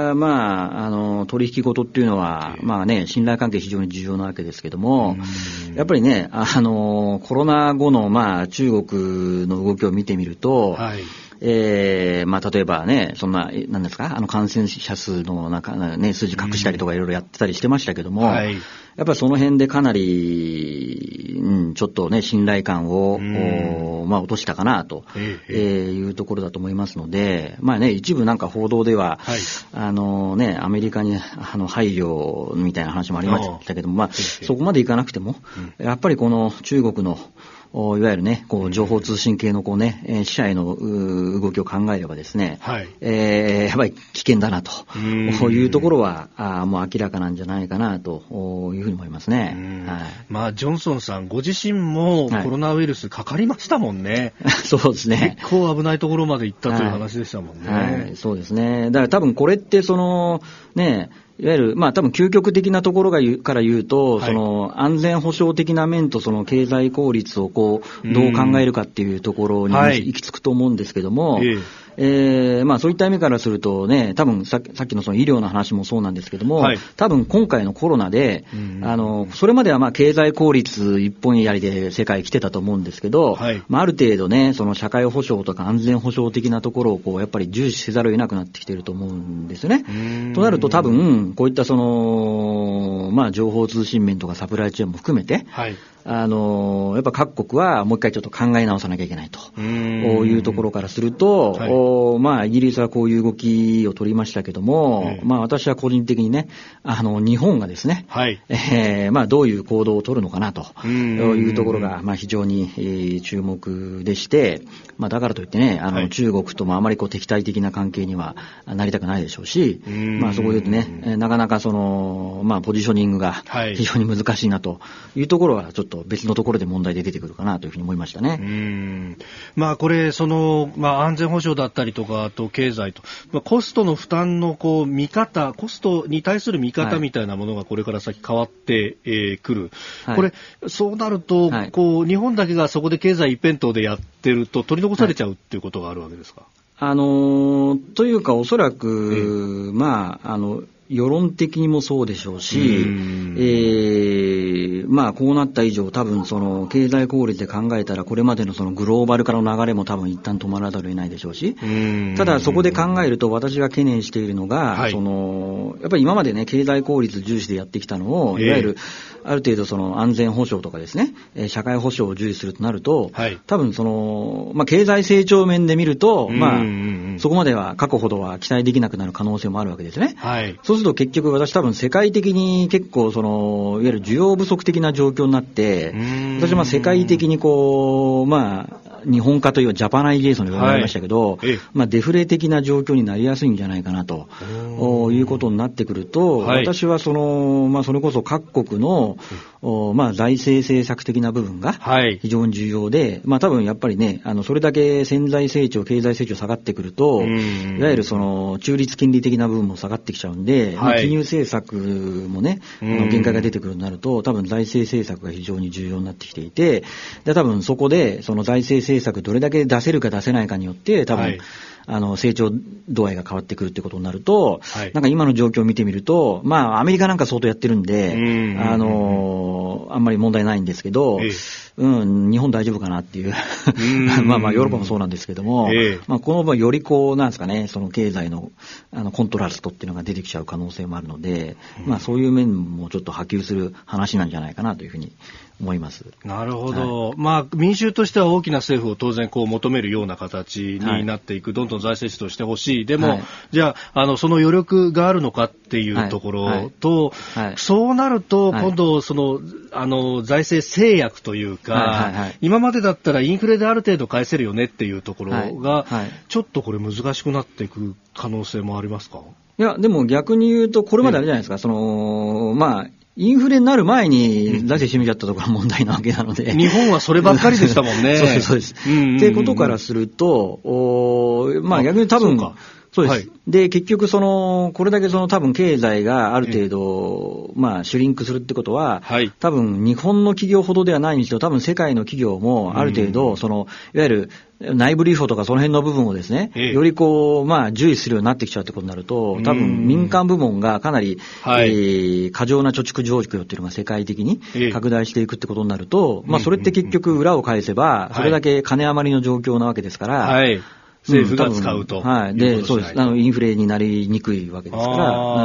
取引事っていうのは、信頼関係非常に重要なわけですけども、やっぱりね、コロナ後の、中国の動きを見てみると、例えばね、何ですか、感染者数の数字隠したりとかいろいろやってたりしてましたけども、 やっぱりその辺でかなり、ちょっとね、信頼感を、まあ、落としたかなと、いうところだと思いますので、まあね、一部なんか報道では、はい、ね、アメリカに配慮みたいな話もありましたけども、まあ、そこまでいかなくても、やっぱりこの中国のいわゆるね、こう情報通信系のこうね、死者への動きを考えればですね、はい、やっぱり危険だなというところはもう明らかなんじゃないかなというふうに思いますね。 はい、まあジョンソンさんご自身もコロナウイルスかかりましたもんね。 はい、そうですね。 結構危ないところまで行ったという話でしたもんね。 はいはい、そうですね。だから多分これってそのね。いわゆる、まあ多分究極的なところから言うと、はい、その安全保障的な面とその経済効率をこう、どう考えるかっていうところに行き着くと思うんですけども、まあそういった意味からするとね、多分さっきのその医療の話もそうなんですけども、はい、多分今回のコロナで、それまではまあ経済効率一本やりで世界来てたと思うんですけど、はい、まあある程度ね、その社会保障とか安全保障的なところをこうやっぱり重視せざるを得なくなってきてると思うんですよね。となると多分こういったそのまあ情報通信面とかサプライチェーンも含めて、はい、やっぱ各国はもう一回ちょっと考え直さなきゃいけないというところからすると、はい、まあイギリスはこういう動きを取りましたけども、まあ私は個人的にね、日本がですね、はい、まあどういう行動を取るのかなというところがまあ非常に、注目でして、まあだからといってね、はい、中国ともあまりこう敵対的な関係にはなりたくないでしょうし、まあそこでね、なかなかそのまあポジショニングが非常に難しいなというところはちょっと別のところで問題で出てくるかなというふうに思いましたね。 まあこれまあ安全保障だったりとかあと経済と、まあ、コストの負担のこう見方、コストに対する見方みたいなものがこれから先変わってくる。はい、これそうなると、はい、こう日本だけがそこで経済一辺倒でやってると取り残されちゃうっていうことがあるわけですか。 はい、というかおそらく、まあ世論的にもそうでしょうし、まあこうなった以上多分その経済効率で考えたらこれまでのそのグローバル化の流れも多分一旦止まらざるを得ないでしょうし、ただそこで考えると私が懸念しているのが、はい、やっぱり今までね経済効率重視でやってきたのをいわゆるある程度その安全保障とかですね、社会保障を重視するとなると、はい、多分そのまあ経済成長面で見るとまあそこまでは過去ほどは期待できなくなる可能性もあるわけですね。はい、そうすると結局私多分世界的に結構そのいわゆる需要不足的な状況になって、私はまあ世界的にこうまあ日本化というジャパナイゼーションで言われましたけど、はい、まあデフレ的な状況になりやすいんじゃないかなということになってくると、はい、私はそのまあそれこそ各国のまあ財政政策的な部分が非常に重要で、はい、まあ多分やっぱりねそれだけ潜在成長経済成長下がってくると、いわゆるその中立金利的な部分も下がってきちゃうんで、はい、まあ、金融政策もね限界が出てくるようになると多分財政政策が非常に重要になってきていて、で多分そこでその財政政策どれだけ出せるか出せないかによって多分、はい、成長度合いが変わってくるってことになると、はい、なんか今の状況を見てみると、まあアメリカなんか相当やってるんで、あんまり問題ないんですけど、日本大丈夫かなっていうまあヨーロッパもそうなんですけども、まあこの場合よりこうなんですかね、その経済のコントラストっていうのが出てきちゃう可能性もあるので、まあそういう面もちょっと波及する話なんじゃないかなというふうに思います。 なるほど。はい、まあ民衆としては大きな政府を当然こう求めるような形になっていく、はい、どんどん財政出動してほしい。でも、はい、じゃあその余力があるのかっていうところと、はいはい、そうなると今度その財政制約というか、はいはいはい、今までだったらインフレである程度返せるよねっていうところが、はいはい、ちょっとこれ難しくなっていく可能性もありますか？ いやでも逆に言うとこれまであれじゃないですか、そのまあインフレになる前に財政占めちゃったところが問題なわけなので、 日本はそればっかりでしたもんね。 そうですそうです。ってことからすると、まあ逆に多分そうです。はい、で結局これだけ多分経済がある程度まあシュリンクするってことは、はい、多分日本の企業ほどではないにしろ多分世界の企業もある程度いわゆる内部留保とかその辺の部分をですね、よりこうまあ重視するようになってきちゃうってことになると、多分民間部門がかなり、過剰な貯蓄状況っていうのが世界的に拡大していくってことになると、まあそれって結局裏を返せばそれだけ金余りの状況なわけですから、 政府が使うと、 はい。で、そうです。インフレになりにくいわけですから。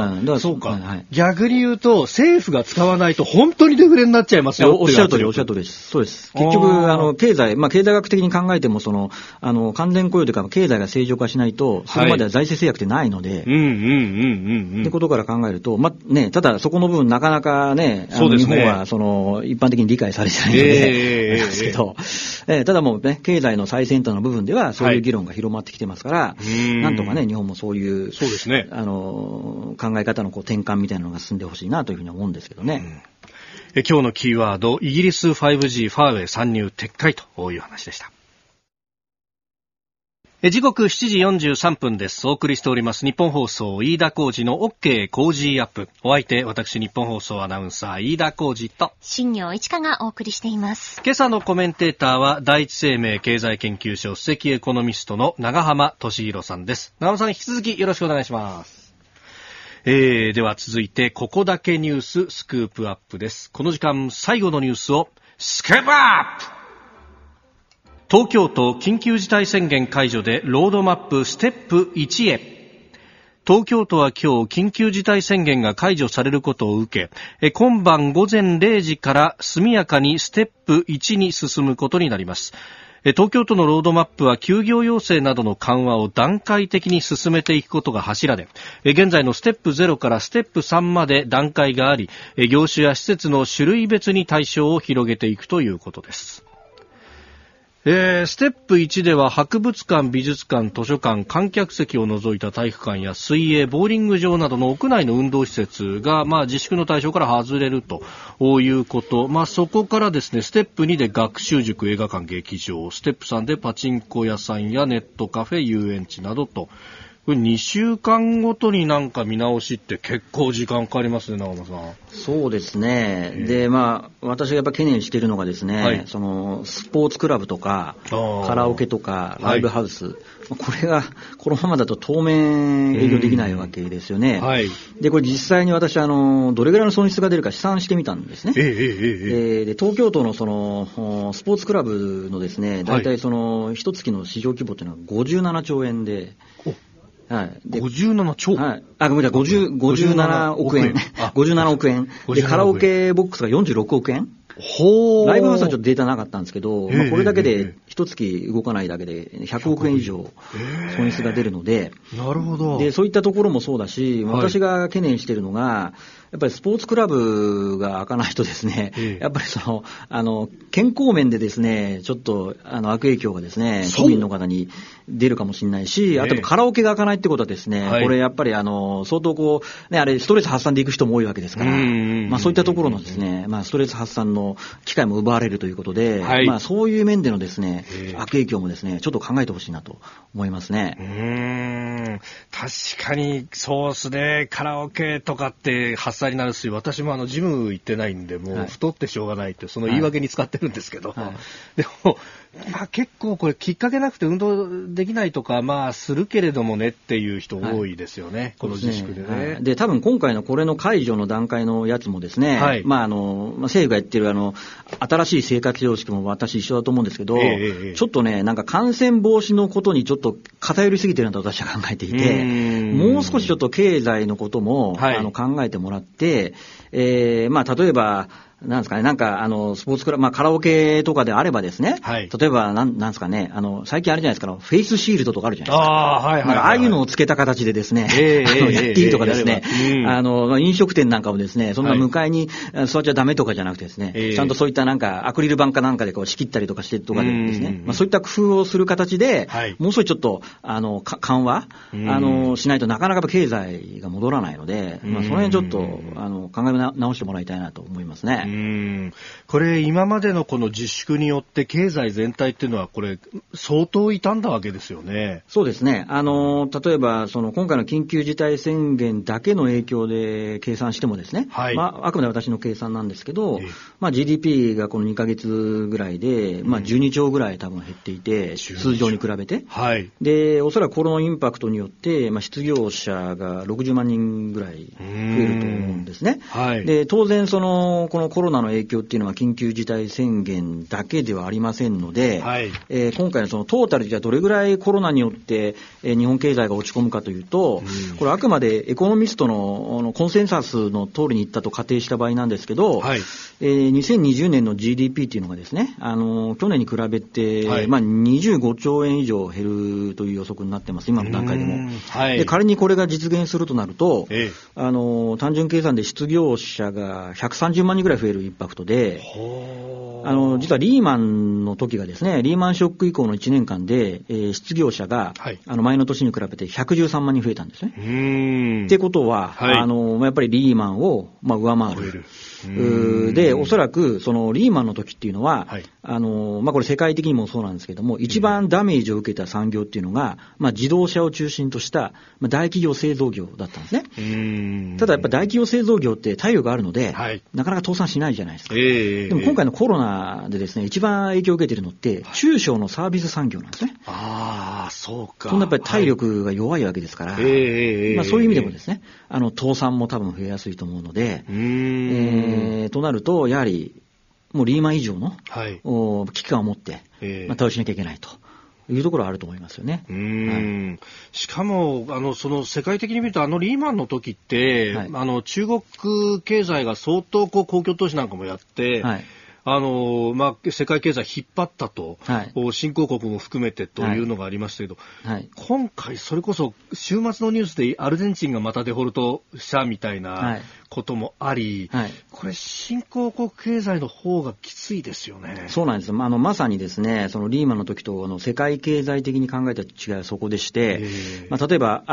だからそうか、はい。逆に言うと、政府が使わないと本当にデフレになっちゃいますよ。 おっしゃる通りです。そうです。結局、経済学的に考えても、完全雇用というか、経済が正常化しないと、それまでは財政制約ってないので、ってことから考えると、ただそこの部分なかなかね、日本は一般的に理解されてないので、ですけど、ただもうね、経済の最先端の部分では、そういう議論が広まってきてますから、なんとかね、日本もそういう、 そうですね、 考え方の転換みたいなのが進んでほしいなというふうに思うんですけどね。 今日のキーワード、イギリス 5G ファーウェイ参入撤回という話でした。時刻7時43分です。お送りしております日本放送飯田浩司の OK 工事アップ。お相手、私日本放送アナウンサー飯田浩司と新業一華がお送りしています。 今朝のコメンテーターは第一生命経済研究所首席エコノミストの長浜俊弘さんです。長浜さん、引き続きよろしくお願いします。では続いて、ここだけニューススクープアップです。この時間最後のニュースをスクープアップ。東京都緊急事態宣言解除でロードマップステップ1へ。東京都は今日緊急事態宣言が解除されることを受け、今晩午前0時から速やかにステップ1に進むことになります。東京都のロードマップは休業要請などの緩和を段階的に進めていくことが柱で、現在のステップ0からステップ3まで段階があり、業種や施設の種類別に対象を広げていくということです。ステップ1では博物館、美術館、図書館、観客席を除いた体育館や水泳、ボーリング場などの屋内の運動施設が、自粛の対象から外れるということ。そこからですね、ステップ2で学習塾、映画館、劇場、ステップ3でパチンコ屋さんやネットカフェ、遊園地などと、これ2週間ごとになんか見直しって結構時間かかりますね、長間さん。 そうですね。で、私がやっぱ懸念しているのがですね、はい、スポーツクラブとか、カラオケとか、ライブハウス、これがこのままだと当面営業できないわけですよね。はい、で、これ実際に私どれぐらいの損失が出るか試算してみたんですね。で、東京都のスポーツクラブのですね、大体一月の市場規模というのは57兆円で、 はい、57兆、 はい、57億円。57億円。で、カラオケボックスが46億円。ライブハウスはちょっとデータなかったんですけど、これだけで一月動かないだけで100億円以上損失が出るので、 なるほど。 で、そういったところもそうだし、私が懸念しているのが、やっぱりスポーツクラブが開かないとですね、やっぱり健康面でですね、ちょっと悪影響がですね、都民の方に出るかもしれないし、あとカラオケが開かないってことはですね、これやっぱり相当あれストレス発散で行く人も多いわけですから、そういったところのですね、ストレス発散の機会も奪われるということで、そういう面でのですね、悪影響もですね、ちょっと考えてほしいなと思いますね。 確かにそうですね。カラオケとかって発散になるし、私もジム行ってないんで、もう太ってしょうがないってその言い訳に使ってるんですけど、でも結構これきっかけなくて運動できないとかするけれどもねっていう人多いですよね、この自粛でね。 で、多分今回のこれの解除の段階のやつもですね、政府がやってる新しい生活様式も私一緒だと思うんですけど、ちょっとね、なんか感染防止のことにちょっと偏りすぎてるなと私は考えていて、もう少しちょっと経済のことも、考えてもらって、例えばなんですかね、スポーツクラブ、カラオケとかであればですね、例えば、なんですかね、最近あれじゃないですか、フェイスシールドとかあるじゃないですか。ああいうのをつけた形でですね、やっていいとかですね、飲食店なんかもですね、そんな向かいに座っちゃダメとかじゃなくてですね、ちゃんとそういったアクリル板かなんかで仕切ったりとかしてとかでですね、そういった工夫をする形で、もう少しちょっと、緩和、しないとなかなか経済が戻らないので、その辺ちょっと、考え直してもらいたいなと思いますね。 これ今までのこの自粛によって経済全体っていうのはこれ相当傷んだわけですよね。 そうですね。例えば今回の緊急事態宣言だけの影響で計算してもですね、あくまで私の計算なんですけど、GDP がこの2ヶ月ぐらいで、12兆ぐらい多分減っていて、通常に比べて、でおそらくこのインパクトによって、失業者が60万人ぐらい増えると思うんですね。で当然このココロナの影響っていうのは緊急事態宣言だけではありませんので、 はい、 今回のそのトータルじゃどれぐらいコロナによって、日本経済が落ち込むかというと、これあくまでエコノミストのコンセンサスの通りにいったと仮定した場合なんですけど、 はい、 2020年の GDP っていうのがですね、去年に比べて、はい、25兆円以上減るという予測になってます、今の段階でも。 はい、 で仮にこれが実現するとなると、単純計算で失業者が130万人ぐらい増えるインパクトで、実はリーマンの時がですね、リーマンショック以降の1年間で、失業者が、はい、前の年に比べて113万人増えたんですね。ってことは、はい、やっぱりリーマンを、上回る。で、おそらくそのリーマンの時っていうのは、はい、これ世界的にもそうなんですけども、一番ダメージを受けた産業っていうのが、自動車を中心とした、大企業製造業だったんですね。ただやっぱ大企業製造業って体力があるので、はい、なかなか倒産しないじゃないですか。でも今回のコロナでですね、一番影響を受けているのって、中小のサービス産業なんですね。 ああ、そうか。 そんなやっぱり体力が弱いわけですから、そういう意味でもですね、倒産も多分増えやすいと思うので、となると、やはり、もうリーマン以上の、はい、危機感を持って、対応しなきゃいけないというところはあると思いますよね。 はい、しかもその世界的に見るとリーマンの時って、はい、中国経済が相当公共投資なんかもやって、はい、世界経済引っ張ったと、はい、新興国も含めてというのがありましたけど、はい、今回それこそ週末のニュースでアルゼンチンがまたデフォルトしたみたいなこともあり、はい、これ新興国経済の方がきついですよね。 そうなんです。まさにですね、そのリーマンの時と世界経済的に考えた違いはそこでして、例えば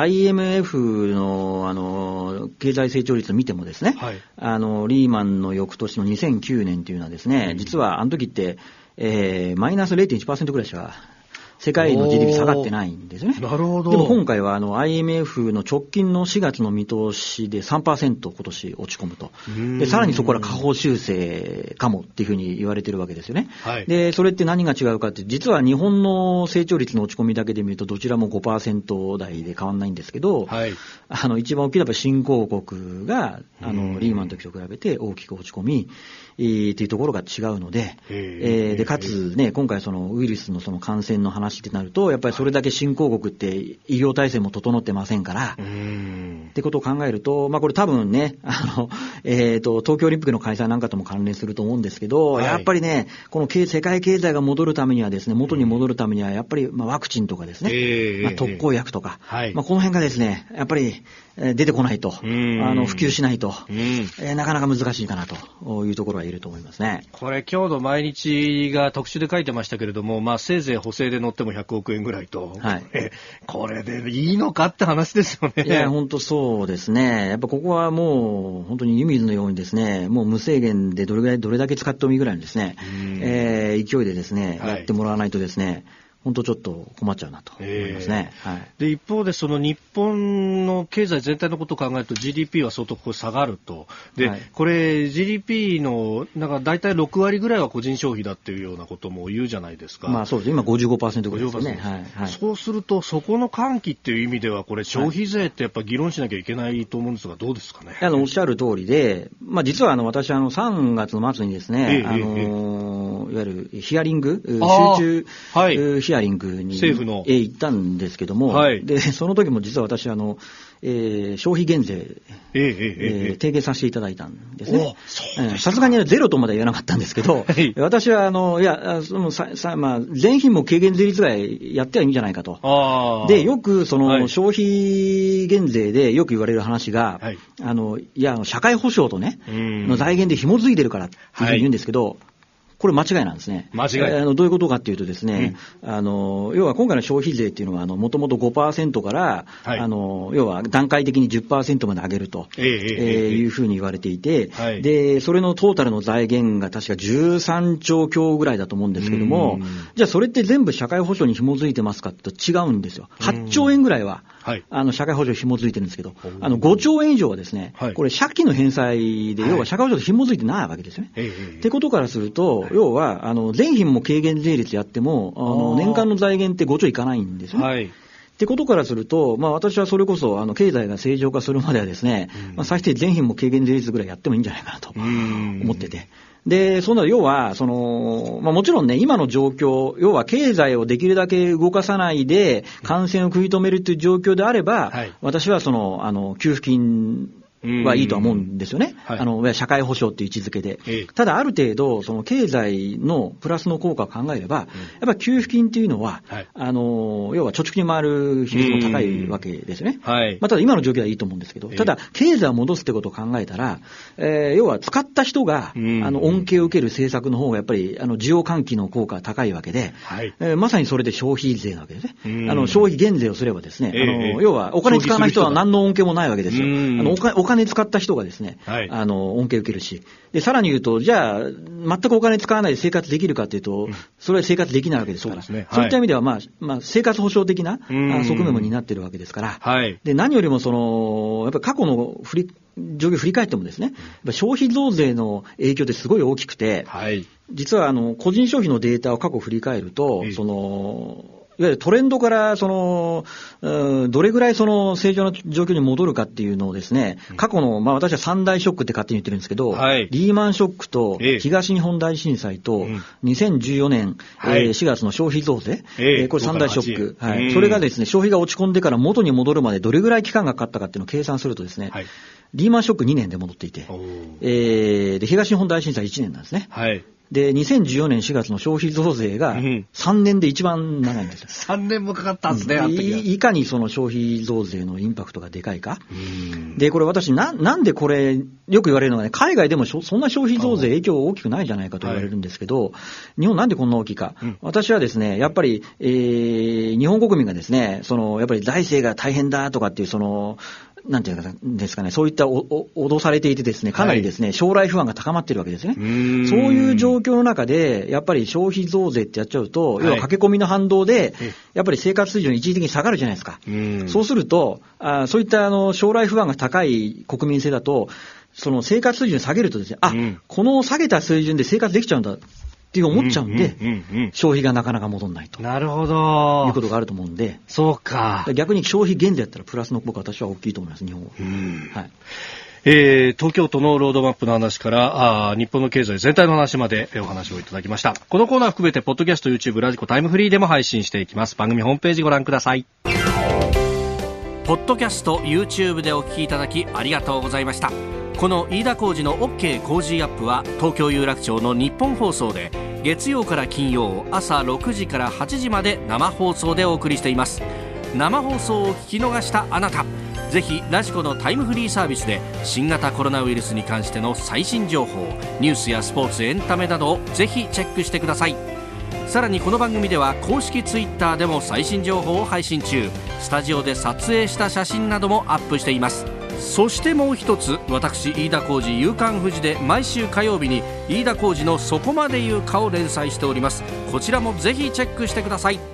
IMF の経済成長率を見てもですね、はい、リーマンの翌年の2009年というのはですね、実はあの時って、マイナス 0.1% ぐらいしか世界の GDP 下がってないんですよね。 なるほど。 でも今回はIMF の直近の4月の見通しで 3% 今年落ち込むと。で、さらにそこから下方修正かもっていうふうに言われてるわけですよね。はい、で、それって何が違うかって、実は日本の成長率の落ち込みだけで見るとどちらも 5% 台で変わらないんですけど、はい、一番大きいのは新興国がリーマンの時と比べて大きく落ち込み、っていうところが違うので、でかつね、今回そのウイルスのその感染の話ってなると、やっぱりそれだけ新興国って医療体制も整ってませんから、ってことを考えると、これ多分ね、東京オリンピックの開催なんかとも関連すると思うんですけど、はい、やっぱりね、この世界経済が戻るためにはですね、元に戻るためにはやっぱりワクチンとかですね、特効薬とか、はい、この辺がですね、やっぱり出てこないと、普及しないと、なかなか難しいかなというところは言えると思いますね。 これ今日の毎日が特集で書いてましたけれども、せいぜい補正で乗っても100億円ぐらいと、はい、これでいいのかって話ですよね。 いや本当そうですね。やっぱここはもう本当に湯水のようにですね、もう無制限でどれだけ使ってもいいぐらいのですね、勢いでですね、やってもらわないとですね、本当ちょっと困っちゃうなと思いますね。はい、 で一方でその日本の経済全体のことを考えると GDP は相当下がると。で、はい、これ GDP のなんか大体6割ぐらいは個人消費だっていうようなことも言うじゃないですか。 そうです。今 55% ぐらいですね。はいはい、 そうするとそこの喚起っていう意味ではこれ消費税ってやっぱ議論しなきゃいけないと思うんですが、どうですかね。 おっしゃる通りで、実は私3月の末にですね、いわゆるヒアリング、集中、ヒアリングに政府の行ったんですけども、はい、でその時も実は私消費減税、提言させていただいたんですね。さすがにゼロとまでは言わなかったんですけど、はい、私は全品目軽減税率ぐらいやってはいいんじゃないかと。でよくその消費減税でよく言われる話が、はい、社会保障とねの財源で紐づいてるからっていうふうに言うんですけど、これ間違いなんですね。 間違い。 どういうことかっていうとですね、要は今回の消費税っていうのはもともと 5% から、はい、要は段階的に 10% まで上げると、いうふうに言われていて、はい、でそれのトータルの財源が確か13兆強ぐらいだと思うんですけども、じゃあそれって全部社会保障に紐づいてますかって違うんですよ。8兆円ぐらいは、はい、社会保障に紐づいてるんですけど、5兆円以上はですね、はい、これ借金の返済で要は社会保障と紐づいてないわけですよね。ってことからすると、要は全品も軽減税率やっても年間の財源って5兆いかないんですよね。はい、っってことからすると、私はそれこそ経済が正常化するまではですね、最低全品も軽減税率ぐらいやってもいいんじゃないかなと思ってて。で、その要はもちろんね、今の状況、要は経済をできるだけ動かさないで感染を食い止めるという状況であれば、私は給付金はいいとは思うんですよね。社会保障っていう位置づけで。ただある程度、経済のプラスの効果を考えれば、やっぱり給付金っていうのは、要は貯蓄に回る比率も高いわけですよね。ただ今の状況はいいと思うんですけど、ただ経済を戻すってことを考えたら、要は使った人が、恩恵を受ける政策の方がやっぱり、需要喚起の効果が高いわけで、まさにそれで消費税なわけですね。消費減税をすればですね、要はお金使わない人は何の恩恵もないわけですよ。お金使った人がですね、恩恵を受けるし、で、さらに言うと、じゃあ、全くお金使わないで生活できるかというと、それは生活できないわけですから、そういった意味では、生活保障的な側面も担っているわけですから、で、何よりもやっぱり過去の状況を振り返ってもですね、消費増税の影響ってすごい大きくて、実は個人消費のデータを過去振り返ると、いわゆるトレンドからどれぐらい正常な状況に戻るかっていうのをですね、過去の、私は三大ショックって勝手に言ってるんですけど、リーマンショックと東日本大震災と2014年4月の消費増税、これ三大ショック、それがですね、消費が落ち込んでから元に戻るまでどれぐらい期間がかかったかっていうのを計算するとですね、リーマンショック2年で戻っていて、で東日本大震災1年なんですね。で、2014年4月の消費増税が3年で一番長いんですよ。 3年もかかったんですね、 いかに消費増税のインパクトがでかいか。で、これ私なんでこれ、よく言われるのがね、海外でもそんな消費増税影響大きくないじゃないかと言われるんですけど、日本なんでこんな大きいか。私はですね、やっぱり、日本国民がですね、やっぱり財政が大変だとかっていうなんていうんですかね、そういった脅されていてですね、かなりですね、将来不安が高まっているわけですね。そういう状況の中で、やっぱり消費増税ってやっちゃうと、要は駆け込みの反動で、やっぱり生活水準一時的に下がるじゃないですか。そうすると、そういった将来不安が高い国民性だと、生活水準下げるとですね、この下げた水準で生活できちゃうんだ。って思っちゃうんで、消費がなかなか戻らないと。 なるほど。 いうことがあると思うんで。 そうか。 逆に消費減税やったらプラスの効果、私は大きいと思います、日本は。 東京都のロードマップの話から日本の経済全体の話までお話をいただきました。このコーナー含めてポッドキャスト、YouTube、ラジコ、タイムフリーでも配信していきます。番組ホームページご覧ください。 ポッドキャスト YouTube でお聞きいただきありがとうございました。この飯田浩司の OK 工事アップは東京有楽町の日本放送で月曜から金曜朝6時から8時まで生放送でお送りしています。生放送を聞き逃したあなた、ぜひラジコのタイムフリーサービスで新型コロナウイルスに関しての最新情報、ニュースやスポーツ、エンタメなどをぜひチェックしてください。さらにこの番組では公式ツイッターでも最新情報を配信中。スタジオで撮影した写真などもアップしています。そしてもう一つ、私飯田浩司夕刊フジで毎週火曜日に飯田浩司のそこまで言うかを連載しております。こちらもぜひチェックしてください。